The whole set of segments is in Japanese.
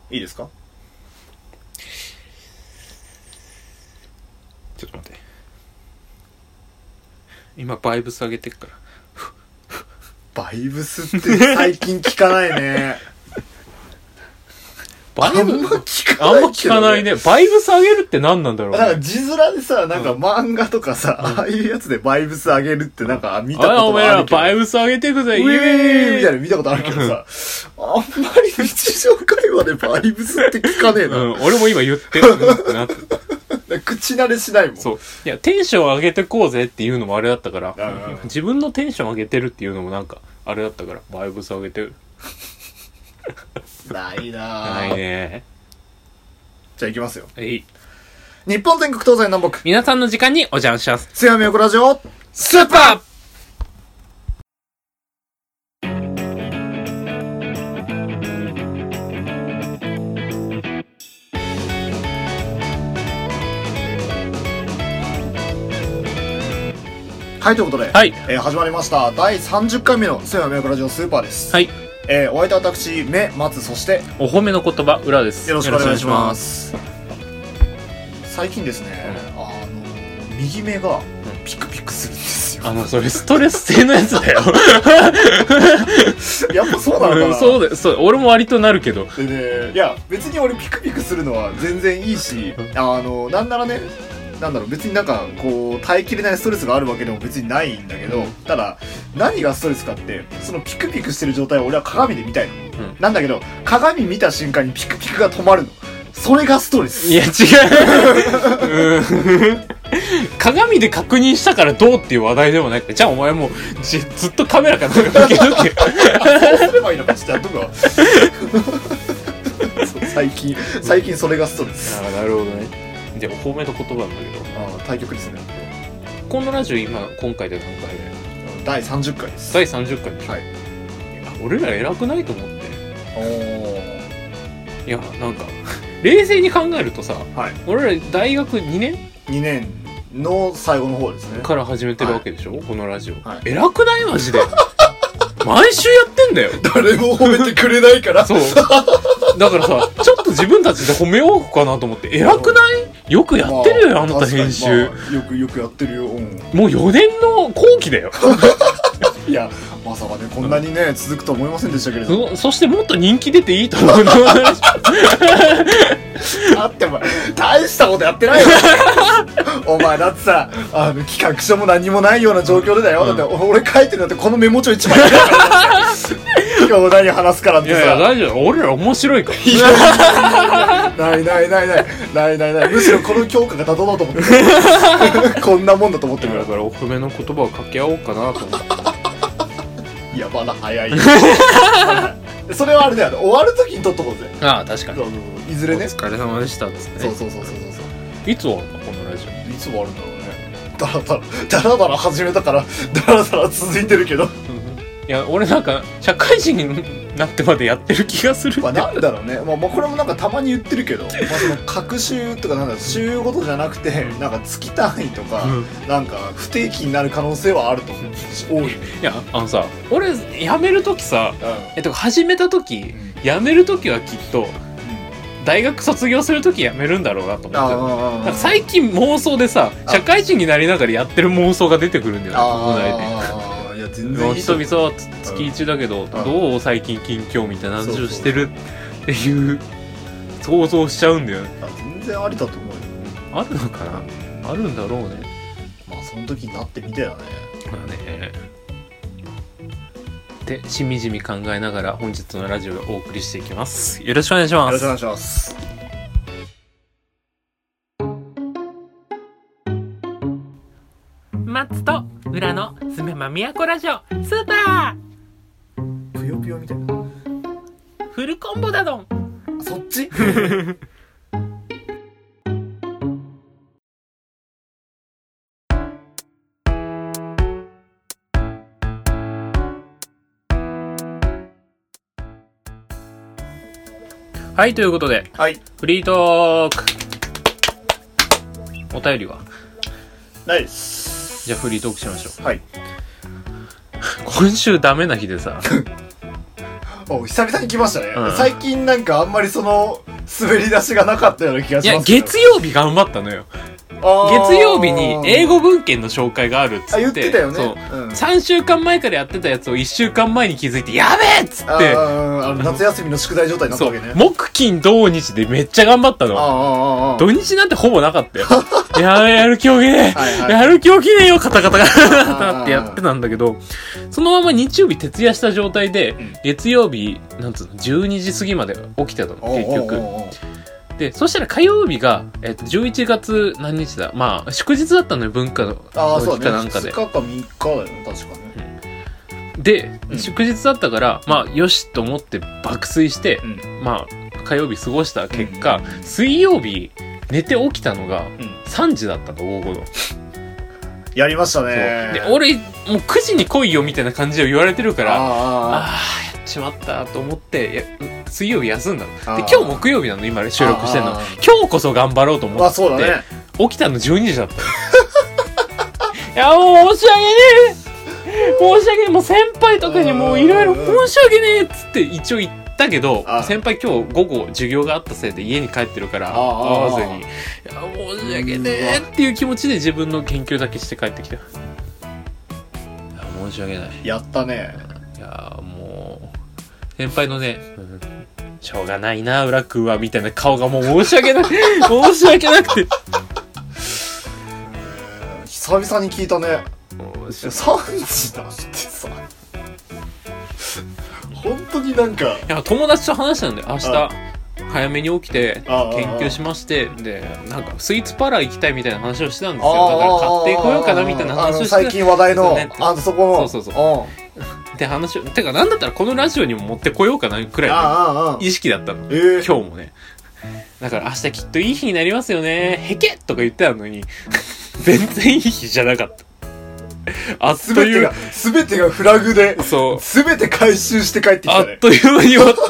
いいですか？ ちょっと待って、今バイブス上げてっから。 バイブスって最近聞かないね。 バイブあんま聞かあんまないけど、 聞かないね。バイブス上げるって何なんだろうね。 なんか字面でさ、なんか漫画とかさ、ああいうやつでバイブス上げるってなんか見たことお前らあるけど。 バイブス上げてくぜ、 ウェーイみたいな。 なの見たことあるけどさ、あんまり日常会話でバイブスって聞かねえな。 俺も今言ってるってなって。 口慣れしないもん。 そう。いや、テンション上げてこうぜっていうのもあれだったから、 うん自分のテンション上げてるっていうのもなんか、あれだったから、バイブス上げてる。 ないなぁ。 ないね。 じゃあ行きますよ。 日本全国東西南北。 皆さんの時間にお邪魔します。 津山横ラジオ、 スーパーはい、ということで、 はい。 始まりました。第30回目の津山横ラジオスーパーです。 はい。 お相手は私、目、松、そして、 お褒めの言葉、裏です。 よろしくお願いします。最近ですね、右目がピクピクするんですよ。 それストレス性のやつだよ。 やっぱそうなのかな、 そうだよ。そう、俺も割となるけど。 でね、いや、別に俺ピクピクするのは全然いいし、なんならね、なんだろう、別になんか、こう、耐えきれないストレスがあるわけでも別にないんだけど、ただ、何がストレスかって、そのピクピクしてる状態を俺は鏡で見たいの。なんだけど、鏡見た瞬間にピクピクが止まるの。それがストレス。 いや、違う。鏡で確認したからどうっていう話題でもないから、じゃあお前もう、ずっとカメラかなんか向けとけ。 そうすればいいのか、ちょっとやっとくわ。最近それがストレス。 なるほどね。じゃあお褒めの言葉なんだけど、 対局ですね。 このラジオ今回で何回目？第30回です。 第30回でしょ。はい。俺ら偉くないと思って。いや、なんか冷静に考えるとさ、はい、俺ら大学2年の最後の方ですねから始めてるわけでしょ、はい、このラジオ、はい、偉くない？マジで。毎週やってんだよ。 誰も褒めてくれないから。 そう。だからさ、ちょっと自分たちで褒めようかなと思って、偉くない？よくやってるよ、あなた編集。 よくやってるよ。もう 4年の後期だよ。 いや、まさかね、こんなにね、続くと思いませんでしたけれど。 そしてもっと人気出ていいと思うの。 だってお前、大したことやってないよ。お前だってさ、企画書も何もないような状況でだよ。だって俺書いてるんだってこのメモ帳1枚だから。今日何話すからってさ。 いや大丈夫。俺ら面白いから。 ない。むしろこの教科が妥当だと思ってる。こんなもんだと思ってる。 だからお褒めの言葉を掛け合おうかなと思って。 いや、まだ早いよ。それはあれだよ、終わる時に撮っとこうぜ。 ああ、確かに。 いずれね。 お疲れ様でしたっつってね。 そう。 いつ終わるのこのラジオ。 いつ終わるんだろうね。だら始めたから、だら続いてるけど。いや、俺なんか、社会人になってまでやってる気がする。 まあなんだろうね。まあこれもなんかたまに言ってるけど、その隔週とかなんだろう、週ごとじゃなくて、なんか月単位とか、なんか不定期になる可能性はあると思うし、多い。 いや、さ、俺、辞めるときさ、始めたとき、辞めるときはきっと、大学卒業するとき辞めるんだろうなと思ってなんか最近妄想でさ、社会人になりながらやってる妄想が出てくるんだよね、この間いや全然いい人々月1だけど、どう最近近況みたいな話をしてるっていう想像しちゃうんだよね。 全然ありだと思うよ。 あるのかな。あるんだろうね。 まあその時になってみてだね。 まあね。でしみじみ考えながら本日のラジオをお送りしていきます。よろしくお願いします。 よろしくお願いします。 マッツと裏のすめまみやこラジオスーパーぷよぷよみたいなフルコンボだどん。 そっちはい、ということで、 はい、 フリートーク。お便りはないです。 じゃあフリートークしましょう。 はい。 今週ダメな日でさお久々に来ましたね、 うん、 最近なんかあんまりその滑り出しがなかったような気がしますけど。いや、月曜日頑張ったのよ。月曜日に英語文献の紹介があるっつって。 言ってたよね。 そう、3週間前からやってたやつを1週間前に気づいて、やべえっつって。 夏休みの宿題状態になったわけね。 木金土日でめっちゃ頑張ったの。土日なんてほぼなかったよ。やる気起きねえ。やる気起きねえよ、カタカタカってやってたんだけど、そのまま日曜日徹夜した状態で、月曜日、なんつうの、12時過ぎまで起きてたの、結局。で、そしたら火曜日が、11月何日だ、まあ、祝日だったのよ、文化の日かなんかで。 2日か3日だよね、確かね。 で、祝日だったから、まあ、よしと思って爆睡して、まあ、火曜日過ごした結果、水曜日、寝て起きたのが、3時だったの、午後の。 やりましたね。 で、俺、もう9時に来いよ、みたいな感じを言われてるから、やっちまったと思って、水曜日休んだの。で、今日木曜日なの、今収録してんの。今日こそ頑張ろうと思って、 そうだね、 起きたの12時だったの。いや、もう申し訳ねえ申し訳ねえもう先輩とかにもういろいろ申し訳ねえっつって一応言ったけど、先輩今日午後授業があったせいで家に帰ってるから会わずに、いや、申し訳ねえっていう気持ちで自分の研究だけして帰ってきた。いや、申し訳ない。 やったね。 いや、もう、先輩のね、しょうがないな、浦君は、みたいな顔がもう申し訳ない。申し訳なくて。 久々に聞いたね。3時だってさ。本当になんか。いや、友達と話したんだよ、明日。早めに起きて、研究しまして、で、なんか、スイーツパラ行きたいみたいな話をしてたんですよ。だから買ってこようかなみたいな話をしてた。 最近話題の、そこの。 そう。って話を、てかなんだったらこのラジオにも持ってこようかなくらいの意識だったの。今日もね。だから明日きっといい日になりますよね。へけとか言ってたのに、全然いい日じゃなかった。すべてがフラグで、 そう。 すべて回収して帰ってきたね。 あっという間に終わった。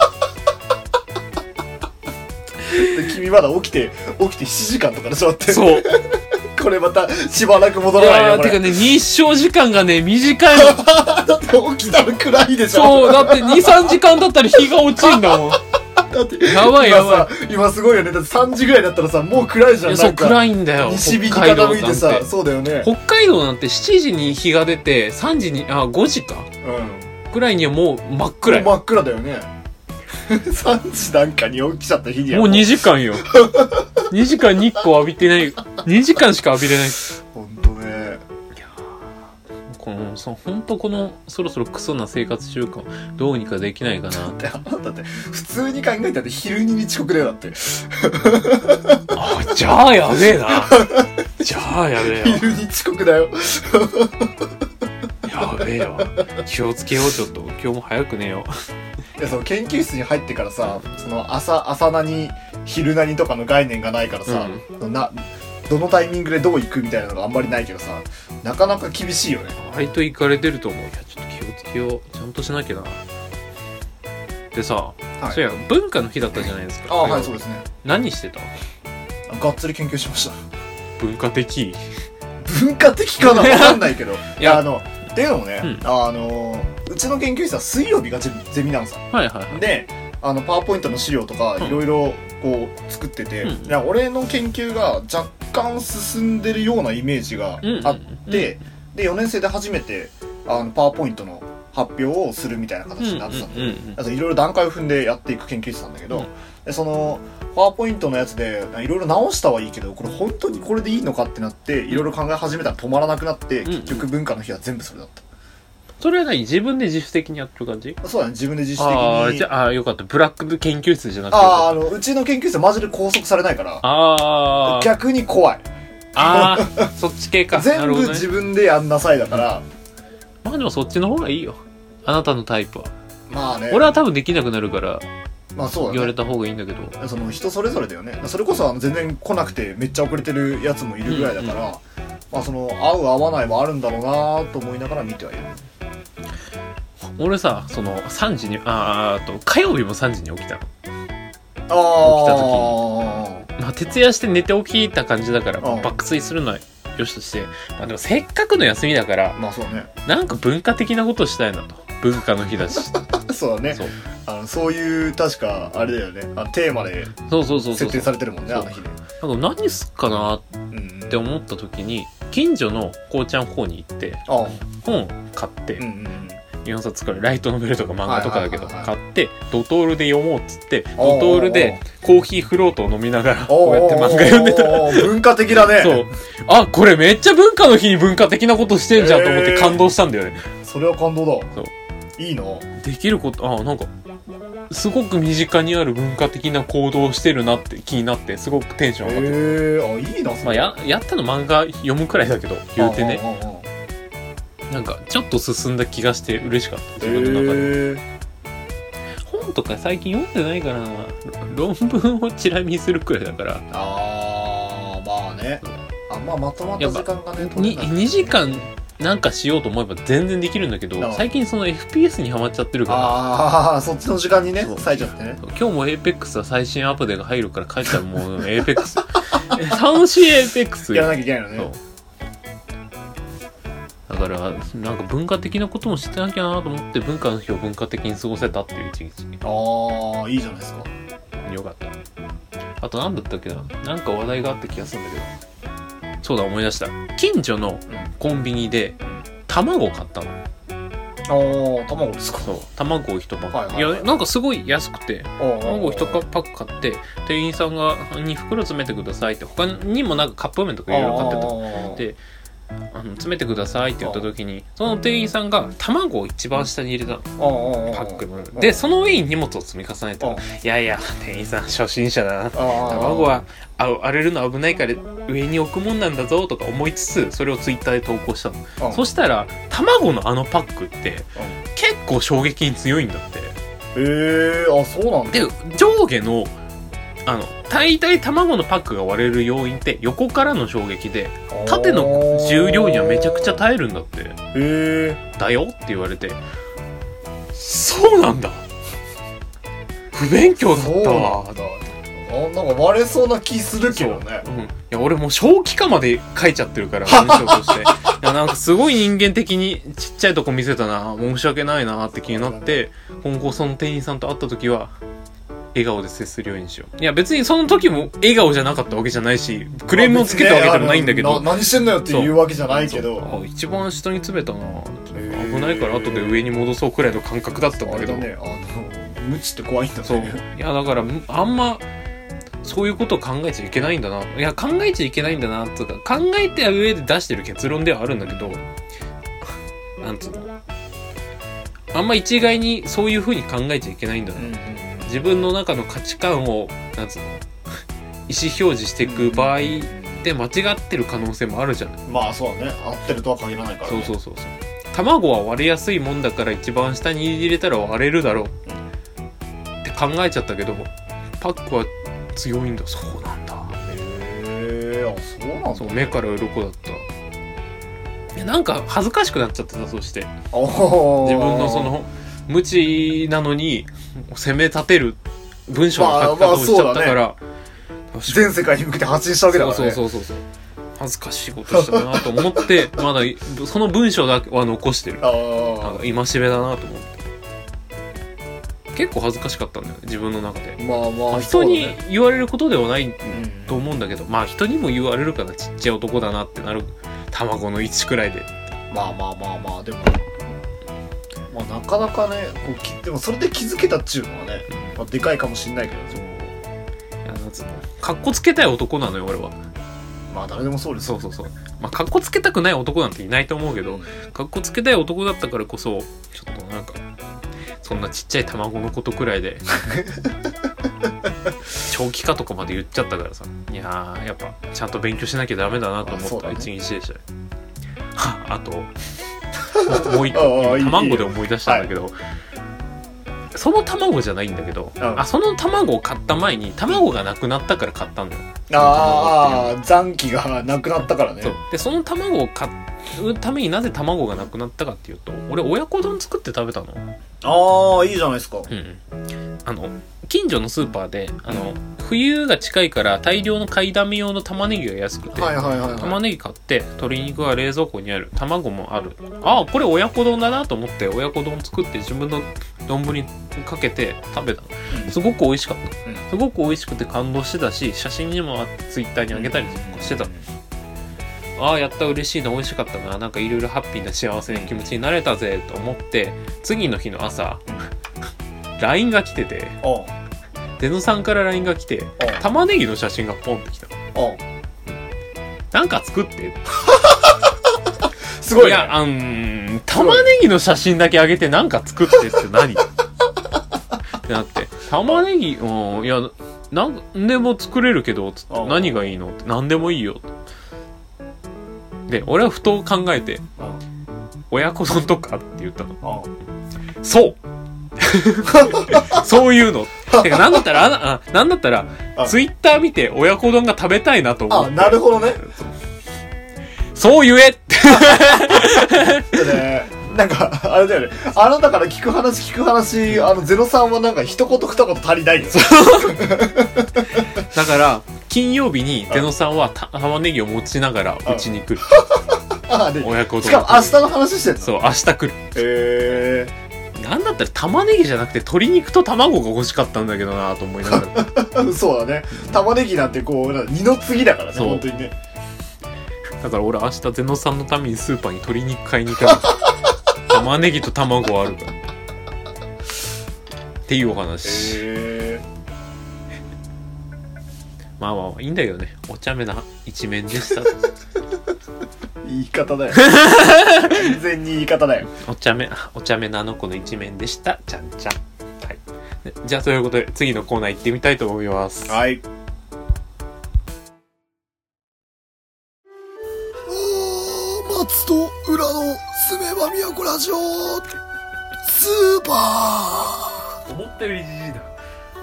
で君まだ起きて7時間とかでしょって。 そう。 これまたしばらく戻らないよ。 てかね、日照時間がね、短いの。 だって起きたら暗いでしょ。 そう、だって2、3時間だったら日が落ちんだもん。 だってやばいやばい。今すごいよね。だって3時ぐらいだったらさ、もう暗いじゃん。 そう、暗いんだよ。 西日に傾いてさ、そうだよね。 北海道なんて7時に日が出て、3時に、5時か。くらいにはもう真っ暗い。 もう真っ暗だよね。3時なんかに起きちゃった日にはもう2時間よ。2時間日光浴びてない。2時間しか浴びれない。 ほんとね。 ほんとこのそろそろクソな生活習慣どうにかできないかなって。 だって普通に考えたら昼に遅刻だよだって。 じゃあやべえな。じゃあやべえよ。 昼に遅刻だよ。 やべえよ。気をつけよう。ちょっと今日も早く寝よう。 いや、その研究室に入ってからさ、その朝何昼何とかの概念がないからさ、どのタイミングでどう行くみたいなのがあんまりないけどさ、なかなか厳しいよね。 割と行かれてると思う。いや、ちょっと気をつけよう。ちゃんとしなきゃな。でさ、そういや文化の日だったじゃないですか。 はい、そうですね。 何してた？ がっつり研究しました。 文化的かな、わかんないけど。 いや、 っていうのもね、うちの研究室は水曜日がゼミなんさ。で、パワーポイントの資料とかいろいろこう作ってて、いや、俺の研究が若干進んでるようなイメージがあって、で、4年生で初めてパワーポイントの発表をするみたいな形になってたんで、いろいろ段階を踏んでやっていく研究室なんだけど、でそのパワーポイントのやつでいろいろ直したはいいけど、これ本当にこれでいいのかってなっていろいろ考え始めたら止まらなくなって、結局文化の日は全部それだった。 それは何？自分で自主的にやってる感じ？ そうだね、自分で自主的に。 よかった。ブラック研究室じゃなくて。 うちの研究室はマジで拘束されないから。逆に怖い。 そっち系か。 全部自分でやんなさいだから。 まあでもそっちの方がいいよ。あなたのタイプは。 まあね。 俺は多分できなくなるから。 まあそうだね。 言われた方がいいんだけど。 その人それぞれだよね。それこそ全然来なくてめっちゃ遅れてるやつもいるぐらいだから、まあその合う合わないもあるんだろうなと思いながら見てはいる。 俺さ、その3時に火曜日も3時に起きたの。起きた時に、まあ徹夜して寝て起きた感じだから、爆睡するのはよしとして、まあでもせっかくの休みだから、 まあそうね。 なんか文化的なことをしたいなと。 文化の日だしそうだね。 そうそういう確かあれだよね、テーマで設定されてるもんね、あの日で。 なんか何すっかなって思った時に近所のこうちゃん方に行って本買って、4冊くらいライトノベルとか漫画とかだけど買ってドトールで読もうっつってドトールでコーヒーフロートを飲みながらこうやって漫画読んでた。 文化的だね。そう、 あ、これめっちゃ文化の日に文化的なことしてんじゃんと思って感動したんだよね。 それは感動だ。 そういいな。 できること、なんかすごく身近にある文化的な行動をしてるなって気になってすごくテンション上がって。 いいな。 まあやったの漫画読むくらいだけど言うてね、なんかちょっと進んだ気がして嬉しかった、自分の中で。本とか最近読んでないからな。論文をチラ見するくらいだから。 まあね。まとまった時間がね、 2時間なんかしようと思えば全然できるんだけど、最近その FPS にハマっちゃってるから。 そっちの時間にね割いちゃってね。 今日も APEX は最新アップデーが入るから帰ったらもう APEX 楽しい APEX やらなきゃいけないのね。 だからなんか文化的なこともしてなきゃなと思って文化の日を文化的に過ごせたっていう一日。 いいじゃないですか。 よかった。あと何だったっけな、なんか話題があった気がするんだけど、そうだ思い出した。近所のコンビニで卵を買ったの。 卵ですか。 そう、卵を1パック、いやなんかすごい安くて卵を1パック買って店員さんがに袋詰めてくださいって、他にもなんかカップ麺とかいろいろ買ってたで、詰めてくださいって言った時にその店員さんが卵を一番下に入れたの、パックので、その上に荷物を積み重ねて、いやいや店員さん初心者だな、卵は荒れるの危ないから上に置くもんなんだぞとか思いつつそれをツイッターで投稿したの。そしたら卵のパックって結構衝撃に強いんだって。 そうなんだ。 で上下の大体卵のパックが割れる要因って横からの衝撃で縦の重量にはめちゃくちゃ耐えるんだって。だよって言われて、そうなんだ、不勉強だったわ。 なんか割れそうな気するけどね。 いや俺もう正気かまで書いちゃってるから文章としていやなんかすごい人間的にちっちゃいとこ見せたな、申し訳ないなって気になって、今後その店員さんと会った時は笑顔で接するようにしよう。いや別にその時も笑顔じゃなかったわけじゃないしクレームをつけたわけでもないんだけど、 何してんのよっていうわけじゃないけど、 一番下に詰めたな、危ないから後で上に戻そうくらいの感覚だったんだけど、 無知って怖いんだね。 そう、いやだからあんまそういうことを考えちゃいけないんだな、いや考えちゃいけないんだなとか考えた上で出してる結論ではあるんだけど、なんつうの、あんま一概にそういう風に考えちゃいけないんだな、自分の中の価値観をなんつうの意思表示していく場合で間違ってる可能性もあるじゃない。 まあそうだね、合ってるとは限らないから、ね、 そう卵は割れやすいもんだから一番下に入れたら割れるだろうって考えちゃったけど、パックは強いんだ。そうなんだ。 そうなんだ。 そう、目から鱗だった。いやなんか恥ずかしくなっちゃってた。そして自分のその無知なのに責め立てる文章の書き方をしちゃったから、 全世界に向けて発信したわけだからね。 そう恥ずかしいことしたなと思ってまだその文章だけは残してる。なんか戒めだなと思って。結構恥ずかしかったんだよね、自分の中で。人に言われることではないと思うんだけど、まあ人にも言われるからちっちゃい男だなってなる、卵の位置くらいで。まあでもなかなかねでもそれで気づけたっちゅうのはね、でかいかもしんないけど、いやなんつうの、かっこつけたい男なのよ俺は。 誰でもそうですよ。 そうかっこつけたくない男なんていないと思うけど、かっこつけたい男だったからこそちょっとなんかそんなちっちゃい卵のことくらいで長期化とかまで言っちゃったからさ、いややっぱちゃんと勉強しなきゃダメだなと思った一日でしたよ。あともう一個卵で思い出したんだけど、 その卵じゃないんだけど、その卵を買った前に卵がなくなったから買ったんだよ。 残機がなくなったからね。 そうでその卵を買うためになぜ卵がなくなったかっていうと、俺親子丼作って食べたの。 いいじゃないですか。 近所のスーパーで冬が近いから大量の買いだめ用の玉ねぎが安くて、玉ねぎ買って鶏肉は冷蔵庫にある、卵もある、これ親子丼だなと思って親子丼作って自分の丼にかけて食べたの。すごく美味しかった、すごく美味しくて感動してたし、写真にもツイッターにあげたりしてたの。やった嬉しいな、美味しかったな、なんかいろいろハッピーな幸せな気持ちになれたぜと思って、次の日の朝LINE が来てて、ゼノさんから LINE が来て、玉ねぎの写真がポンってきた。なんか作ってすごい、ね、 いや玉ねぎの写真だけあげてなんか作ってって何ってなって、玉ねぎいやなんでも作れるけどつって、何がいいのって、何でもいいよで、俺はふと考えて、親子丼とかって言ったの。そうそういうの。てかなんだったらツイッター見て親子丼が食べたいなと思って。 なるほどね。 そう言えって。 なんかあれだよね。あなたから聞く話ゼノさんはなんか一言二言足りないよ。 だから金曜日にゼノさんは玉ねぎを持ちながらうちに来る。親子丼。 しかも明日の話してるの。 そう、明日来る。なんだったら玉ねぎじゃなくて鶏肉と卵が欲しかったんだけどなと思いながら。 そうだね。玉ねぎなんてこう二の次だからね、本当にね。 だから俺明日ゼノさんのためにスーパーに鶏肉買いに行かない。玉ねぎと卵あるからっていうお話。まあいいんだけどね。お茶目な一面でした。 言い方だよ。完全に言い方だよ。 お茶目なあの子の一面でした。ちゃんちゃん。はい。じゃあということで次のコーナー行ってみたいと思います。 はい。松と裏のすめば都ラジオスーパー。思ったよりじじいだ。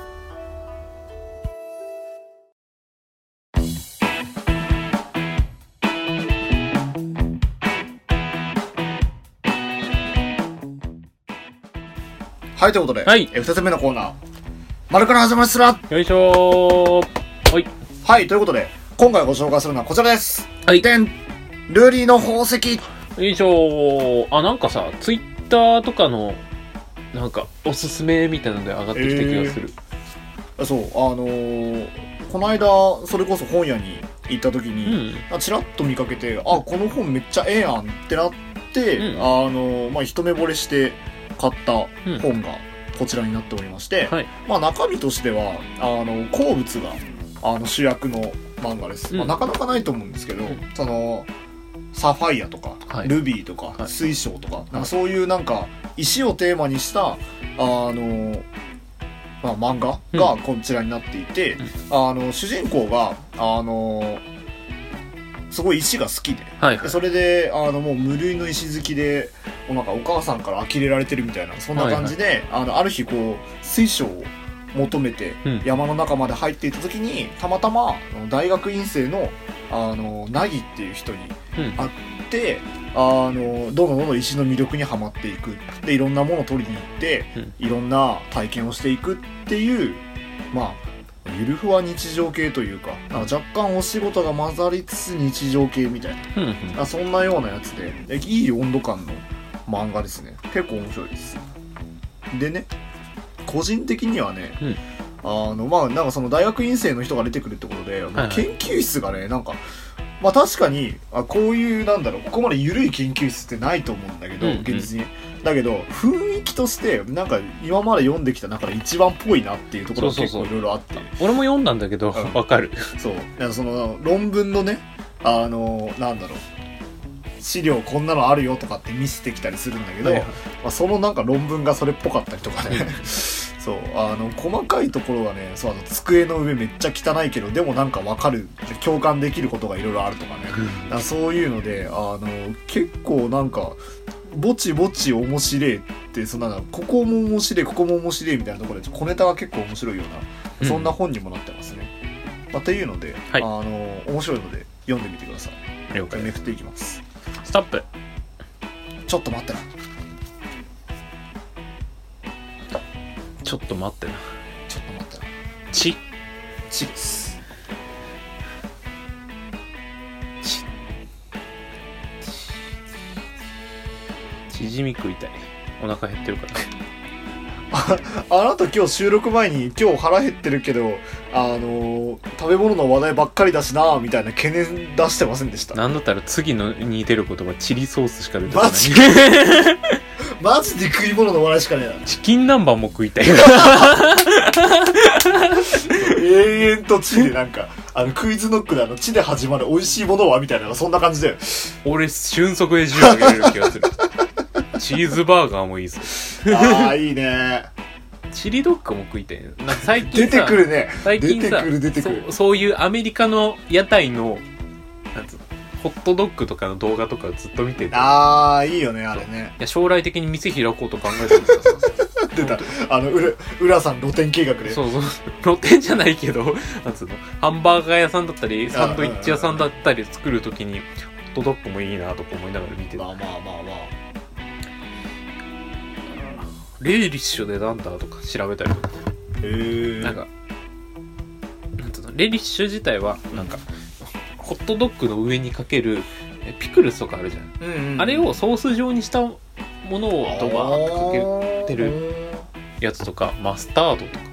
はい、ということで、2つ目のコーナー、丸から始まりますら。 よいしょー。 はい、ということで、今回ご紹介するのはこちらです。 はい。 ルリの宝石。 よいしょー。なんかさ、ツイッターとかの、なんか、おすすめみたいなので上がってきた気がする。 そう、この間、それこそ本屋に行った時に、ちらっと見かけて、この本めっちゃええやんってなって、一目惚れして、買った本がこちらになっておりまして、中身としては鉱物が主役の漫画です、なかなかないと思うんですけど、そのサファイアとか、ルビーとか、水晶とか、なんかそういうなんか石をテーマにした漫画がこちらになっていて、主人公がすごい石が好きで、でそれでもう無類の石好きで、なんかお母さんから呆れられてるみたいな、そんな感じで、ある日こう水晶を求めて山の中まで入っていった時に、たまたま大学院生のナギっていう人に会って、どんどん石の魅力にはまっていく。でいろんなものを取りに行って、いろんな体験をしていくっていう、ゆるふわ日常系というか、若干お仕事が混ざりつつ日常系みたいな、そんなようなやつで、いい温度感の漫画ですね。結構面白いです。でね、個人的にはね、なんかその大学院生の人が出てくるってことで、研究室がね、なんか確かにこういうここまで緩い研究室ってないと思うんだけど、現実にだけど雰囲気としてなんか今まで読んできた中で一番っぽいなっていうところが結構いろいろあって、 俺も読んだんだけどわかる。 そう、その論文のね、資料こんなのあるよとかって見せてきたりするんだけど、そのなんか論文がそれっぽかったりとかねそう、細かいところがね、そう、机の上めっちゃ汚いけど、でもなんかわかる、共感できることがいろいろあるとかね、そういうので結構なんかぼちぼち面白いってそんなここも面白いここも面白いみたいなところで小ネタが結構面白いような、そんな本にもなってますね。というので、 はい、 面白いので読んでみてください。 了解。 めくっていきます。 ストップ。 ちょっと待ってな。 ちょっと待ってな。 ちょっと待ってな。 ちです。 縮み食いたい。お腹減ってるから。 あなた今日収録前に今日腹減ってるけど食べ物の話題ばっかりだしなみたいな懸念出してませんでした？ なんだったら次のに出る言葉チリソースしか出てこない。 マジで食い物の話しかねえな。 チキン南蛮も食いたい。 永遠と地でなんかクイズノックで地で始まる美味しいものはみたいなそんな感じだよ。 俺瞬足で10上げれる気がする。チーズバーガーもいいぞ。 ああいいね。 チリドッグも食いたい。なんか最近さ出てくるね。 最近さ出てくる。 そういうアメリカの屋台のなんつうのホットドッグとかの動画とかずっと見てて。 ああいいよねあれね。 いや将来的に店開こうと考えてるからさ。 出た浦さん露店計画で。 そう露店じゃないけどなんつうのハンバーガー屋さんだったりサンドイッチ屋さんだったり作るときにホットドッグもいいなとか思いながら見てた。 まあレイリッシュでなんだとか調べたりとか。なんかなんつうのレイリッシュ自体はなんかホットドッグの上にかけるピクルスとかあるじゃん、あれをソース状にしたものをドバーッとかけてるやつとかマスタードとか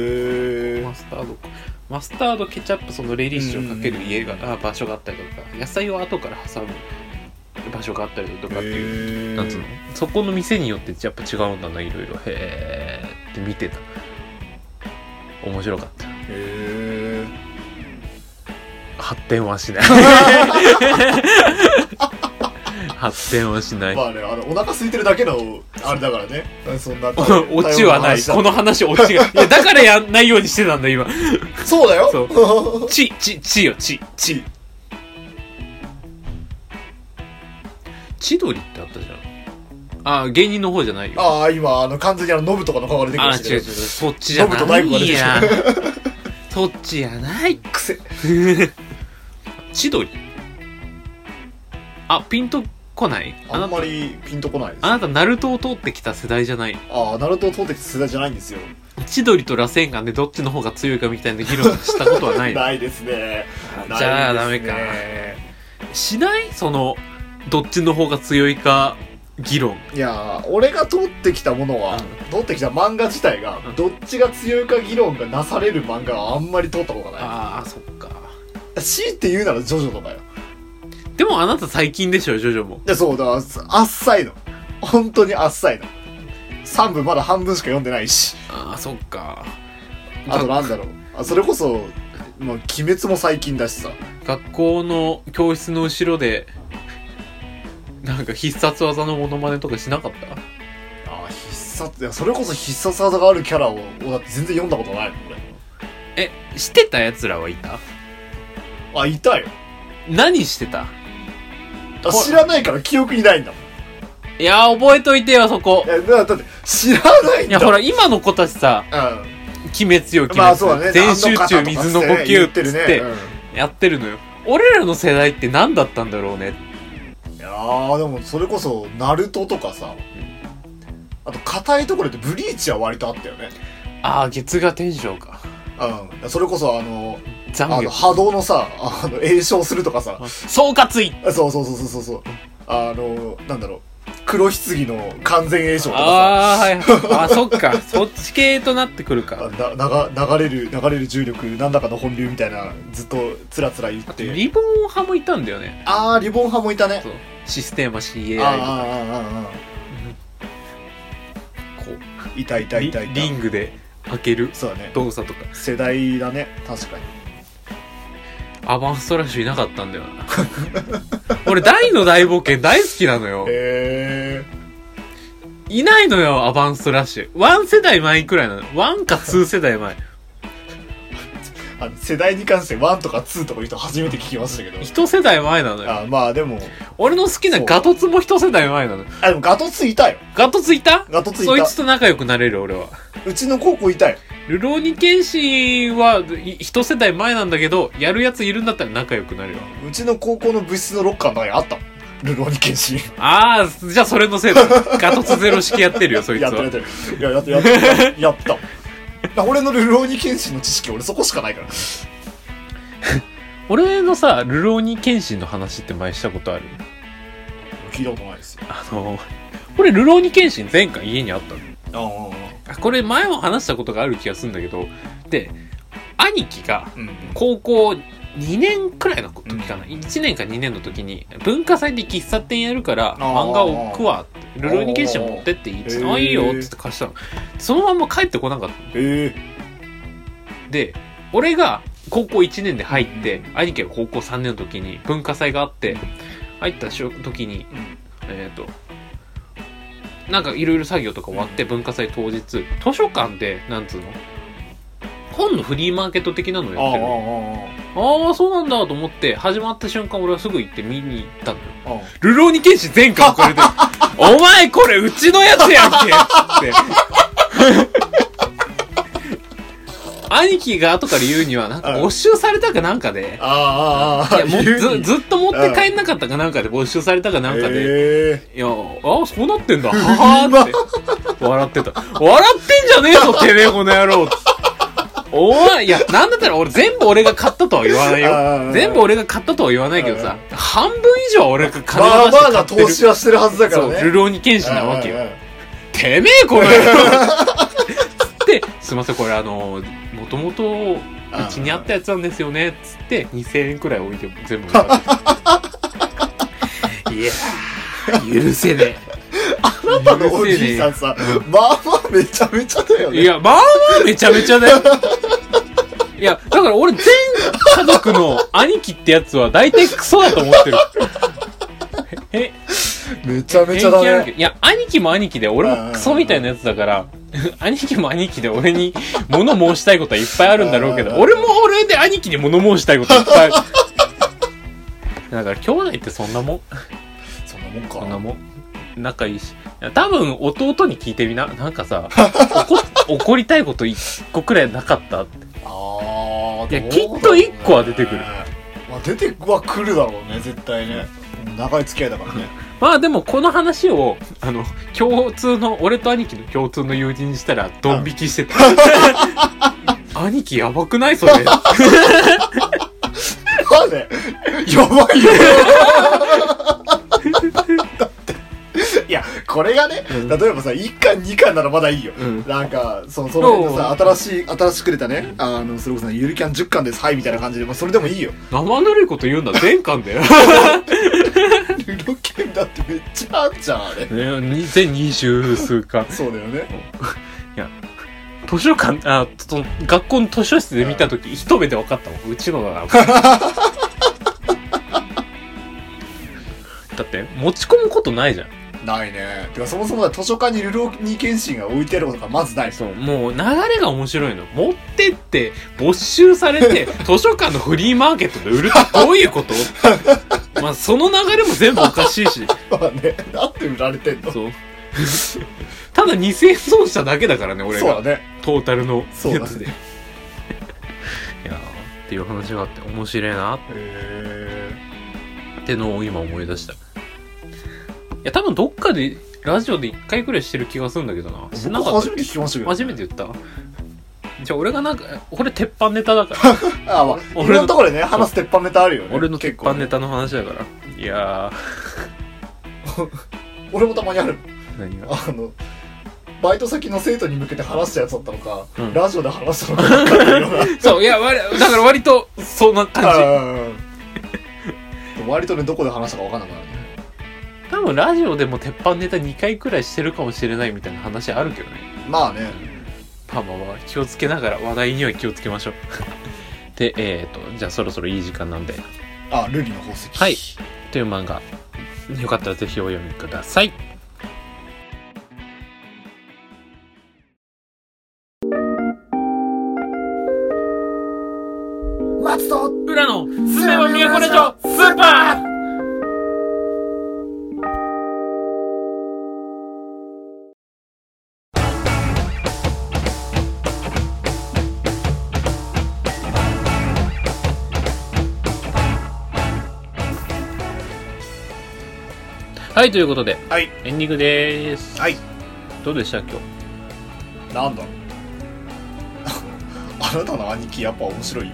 マスタードケチャップそのレイリッシュをかける場所があったりとか野菜を後から挟む場所があったりとかっていうなんつうのそこの店によってやっぱ違うんだないろいろへーって見てた。面白かった。発展はしない。発展はしない。 まあねお腹空いてるだけのあれだからね。そんなオチはない。この話オチがいやだからやんないようにしてたんだ今。 そうだよ。 そうちよち千鳥ってあったじゃん。芸人の方じゃないよ。 今完全にノブとかの顔が出てきましたけど。 違うそっちじゃない。ノブと大悟が出てきた。そっちやないくせ。 千鳥。ピンとこない？ あんまりピンとこないです。 あなたナルトを通ってきた世代じゃない？ ナルトを通ってきた世代じゃないんですよ。 千鳥と螺旋岩でどっちの方が強いかみたいな議論したことはない。 ないですね。 じゃあダメか。しないどっちの方が強いか議論。 いや俺が通ってきたものは、通ってきた漫画自体が、どっちが強いか議論がなされる漫画はあんまり通ったことがない。 そっか。 強いて言うならジョジョとかよ。 でもあなた最近でしょジョジョも。 そうだ、あっさいの。本当にあっさいの。3部まだ半分しか読んでないし。 そっか。 あとなんだろう。それこそ、鬼滅も最近だしさ。 学校の教室の後ろで、なんか必殺技のモノマネとかしなかった？ いやそれこそ必殺技があるキャラをだって全然読んだことないの俺。知ってた奴らはいた？ いたよ。 何してた？ 知らないから記憶にないんだもん。 いや覚えといてよそこ。 だって知らないんだ。 いやほら今の子たちさ、鬼滅よ鬼滅、 そうだね、 全集中水の呼吸っつってやってるのよ。俺らの世代って何だったんだろうね。 いやでもそれこそナルトとかさ、あと硬いところでブリーチは割とあったよね。 月が天章か。 それこそ波動のさ詠唱するとかさ、 総括い。 そうなんだろう、黒棺の完全詠唱とかさ。そっかそっち系となってくるか。 流れる重力なんだかの本流みたいなずっとつらつら言って。 リボン派もいたんだよね。 リボン派もいたね。 システマ CAI とかこういたリングで開ける動作とか。 世代だね確かに。 アバンストラッシュいなかったんだよな。俺大の大冒険大好きなのよ。いないのよアバンストラッシュ。1世代前くらいなの。1か2世代前。 世代に関して1とか2とかいう人初めて聞きましたけど。 一世代前なのよ。 まあでも。 俺の好きなガトツも一世代前なのよ。 でもガトツいたよ。 ガトツいた？ ガトツいた。 そいつと仲良くなれる俺は。 うちの高校いたよ。 ルローニケンシンは一世代前なんだけど、やるやついるんだったら仲良くなるよ。 うちの高校の部室のロッカーの中にあったもん。ルローニケンシン。 じゃあそれのせいだ。ガトツゼロ式やってるよ、そいつは。 やってる。いや、やった。俺のルローニケンシンの知識俺そこしかないから。 俺のさ、ルローニケンシンの話って前したことある？ 聞いたことないですよ。 これルローニケンシン前回家にあったの。 あこれ前も話したことがある気がするんだけど、で、兄貴が高校2年くらいの時かな、1年か2年の時に文化祭で喫茶店やるから漫画を置くわって、ルローニケンシン持ってっていいっつって、いいよっつって貸したの。そのまんま帰ってこなかったの。で、俺が高校1年で入って、兄貴が高校3年の時に文化祭があって、入った時に、なんかいろいろ作業とか終わって文化祭当日、図書館で、なんつうの、本のフリーマーケット的なのやってるの。そうなんだと思って、始まった瞬間俺はすぐ行って見に行ったのよ。ルローニケンシン前回これで、お前これうちのやつやんけって。兄貴が後から言うには、なんか没収されたかなんかで、ずっと持って帰んなかったかなんかで没収されたかなんかで、いや、そうなってんだ、ははーって笑ってた。笑ってんじゃねえぞ、てめえこの野郎。いや、なんだったら俺全部俺が買ったとは言わないよ。全部俺が買ったとは言わないけどさ、半分以上は俺が金を出して買ってる。まあ投資はしてるはずだからね。 そう、ルローニケンシンなわけよ。てめえこの野郎で、すいません、これもともとうちにあったやつなんですよね、つって2000円くらい置いて全部いやー、許せねえ。 あなたのおじいさんさ、まあまあめちゃめちゃだよね。 いや、まあまあめちゃめちゃだよ。いや、だから俺全家族の兄貴ってやつは大体クソだと思ってる。 めちゃめちゃだね。 いや、兄貴も兄貴で俺もクソみたいなやつだから、兄貴も兄貴で俺に物申したいことはいっぱいあるんだろうけど、俺も俺で兄貴に物申したいこといっぱいある。だから兄弟ってそんなもん。 そんなもんか。そんなもん。仲いいし。多分弟に聞いてみな。なんかさ、怒りたいこと一個くらいなかったって。いや、きっと一個は出てくる。 まあ、出てはくるだろうね、絶対ね。長い付き合いだからね。 まあでもこの話を、俺と兄貴の共通の友人にしたらドン引きしてた。兄貴やばくないそれ。 なんでやばいよ。だって。いや、これがね、例えばさ、1巻2巻ならまだいいよ。なんか、その辺のさ、新しく出たね、それこそゆるキャン10巻です、はい、みたいな感じで、まあ、それでもいいよ。 生ぬるいこと言うんだ、全巻だよ。 ルロケンだってめっちゃあんじゃん、あれ。 全20数巻。 そうだよね。 いや、図書館、学校の図書室で見たとき、一目で分かったもん、うちのだな。だって、持ち込むことないじゃん。 ないね。てかそもそも図書館にルローニケンシンが置いてあることがまずない。 そう、もう流れが面白いの。持ってって没収されて図書館のフリーマーケットで売るってどういうこと？まあその流れも全部おかしいし。 まあね、なんで売られてんの？そう。 ただ2000円損しただけだからね、俺が。 そうだね。 トータルのやつで。 ね、 いやーっていう話があって面白いなってのを今思い出した。いや、多分どっかで、ラジオで1回くらいしてる気がするんだけどな。 僕初めて聞きましたけど。 初めて言った？じゃあ俺がなんか、俺鉄板ネタだから。 まあ、俺のところでね、話す鉄板ネタあるよね。 俺の鉄板ネタの話だから。いやー。俺もたまにある。 何が？ バイト先の生徒に向けて話したやつだったのか、ラジオで話したのか分かんないような。 そう、いや、だから割と、そんな感じ。割とね、どこで話したか分かんなくなるね。 多分ラジオでも鉄板ネタ2回くらいしてるかもしれないみたいな話あるけどね。 まあね。 まあ気をつけながら話題には気をつけましょう。で、じゃあそろそろいい時間なんで。 ルリの宝石。 はい。という漫画、よかったらぜひお読みください。 裏の住めば都ラジオスーパー。はい、ということで、 はい、 エンディングでーす。 はい。 どうでした今日？なんだろう。あなたの兄貴やっぱ面白いよ。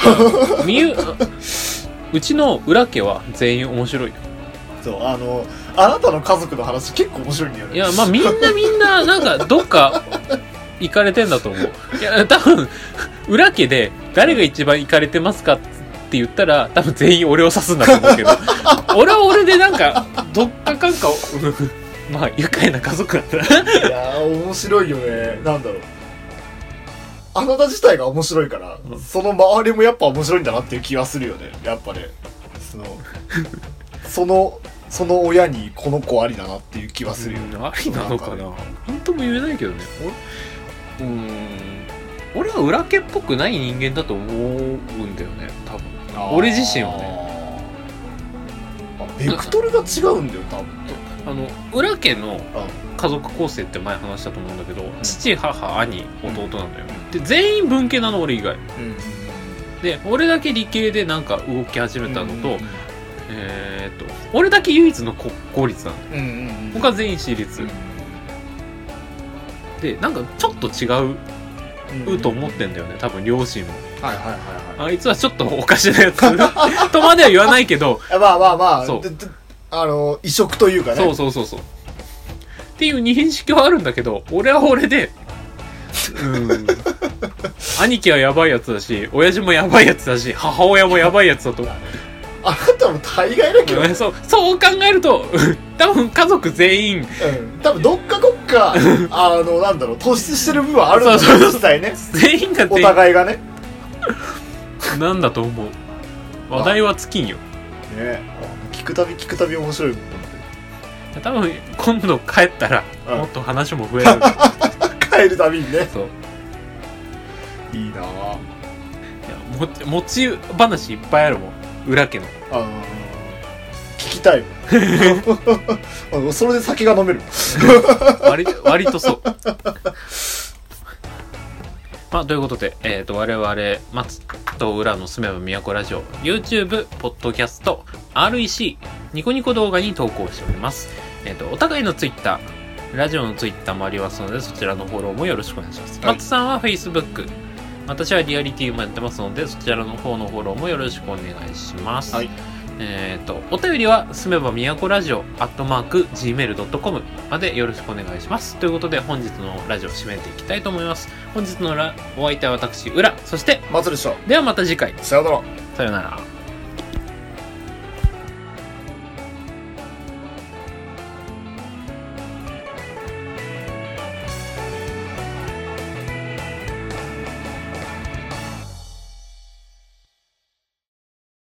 うちの裏家は全員面白いよ。 そう、あなたの家族の話結構面白いんだよね。 いや、まあみんななんかどっか行かれてんだと思う。いや、多分裏家で誰が一番行かれてますかって言ったら多分全員俺を指すんだと思うけど俺は俺でなんかどっかかんかまあ愉快な家族だったらいやー面白いよね。なんだろう、あなた自体が面白いから、その周りもやっぱ面白いんだなっていう気がするよね。やっぱね、その親にこの子ありだなっていう気はするよね。 ありなのかな、なんとも言えないけどね。俺は裏家っぽくない人間だと思うんだよね、多分。俺自身はね。 ベクトルが違うんだよ、多分。 裏家の家族構成って前話したと思うんだけど、父、母、兄、弟なんだよ。で、全員文系なの、俺以外。で、俺だけ理系でなんか動き始めたのと、俺だけ唯一の国公立なんだよ。他は全員私立。で、なんかちょっと違うと思ってんだよね、多分両親も。あいつはちょっとおかしなやつとまでは言わないけどまあそう異色というかね。 そうっていう認識はあるんだけど、俺は俺で兄貴はやばいやつだし、親父もやばいやつだし、母親もやばいやつだとあなたも大概だけど、 そう考えると多分家族全員、 多分どっかなんだろう、突出してる部分はあるんだよ、実際ね。 全員がお互いがねなんだと思う。話題は尽きんよね。聞くたび面白いもんね。 多分今度帰ったらもっと話も増える帰るたびにね。 そういいなぁ。 いや、持ち話いっぱいあるもん、裏家の。 聞きたいそれで酒が飲める割とそうまあ、ということで、我々松と裏の住めば都ラジオ YouTube、ポッドキャスト、REC、ニコニコ動画に投稿しております。お互いの Twitter、ラジオの Twitter もありますので、そちらのフォローもよろしくお願いします。松さんは Facebook、私はリアリティもやってますので、そちらの方のフォローもよろしくお願いします。はい。お便りは住めば都ラジオ@gmail.com までよろしくお願いします。ということで本日のラジオを締めていきたいと思います。本日のお相手は私、浦、そして松でした。 ではまた次回。 さようなら。 さようなら。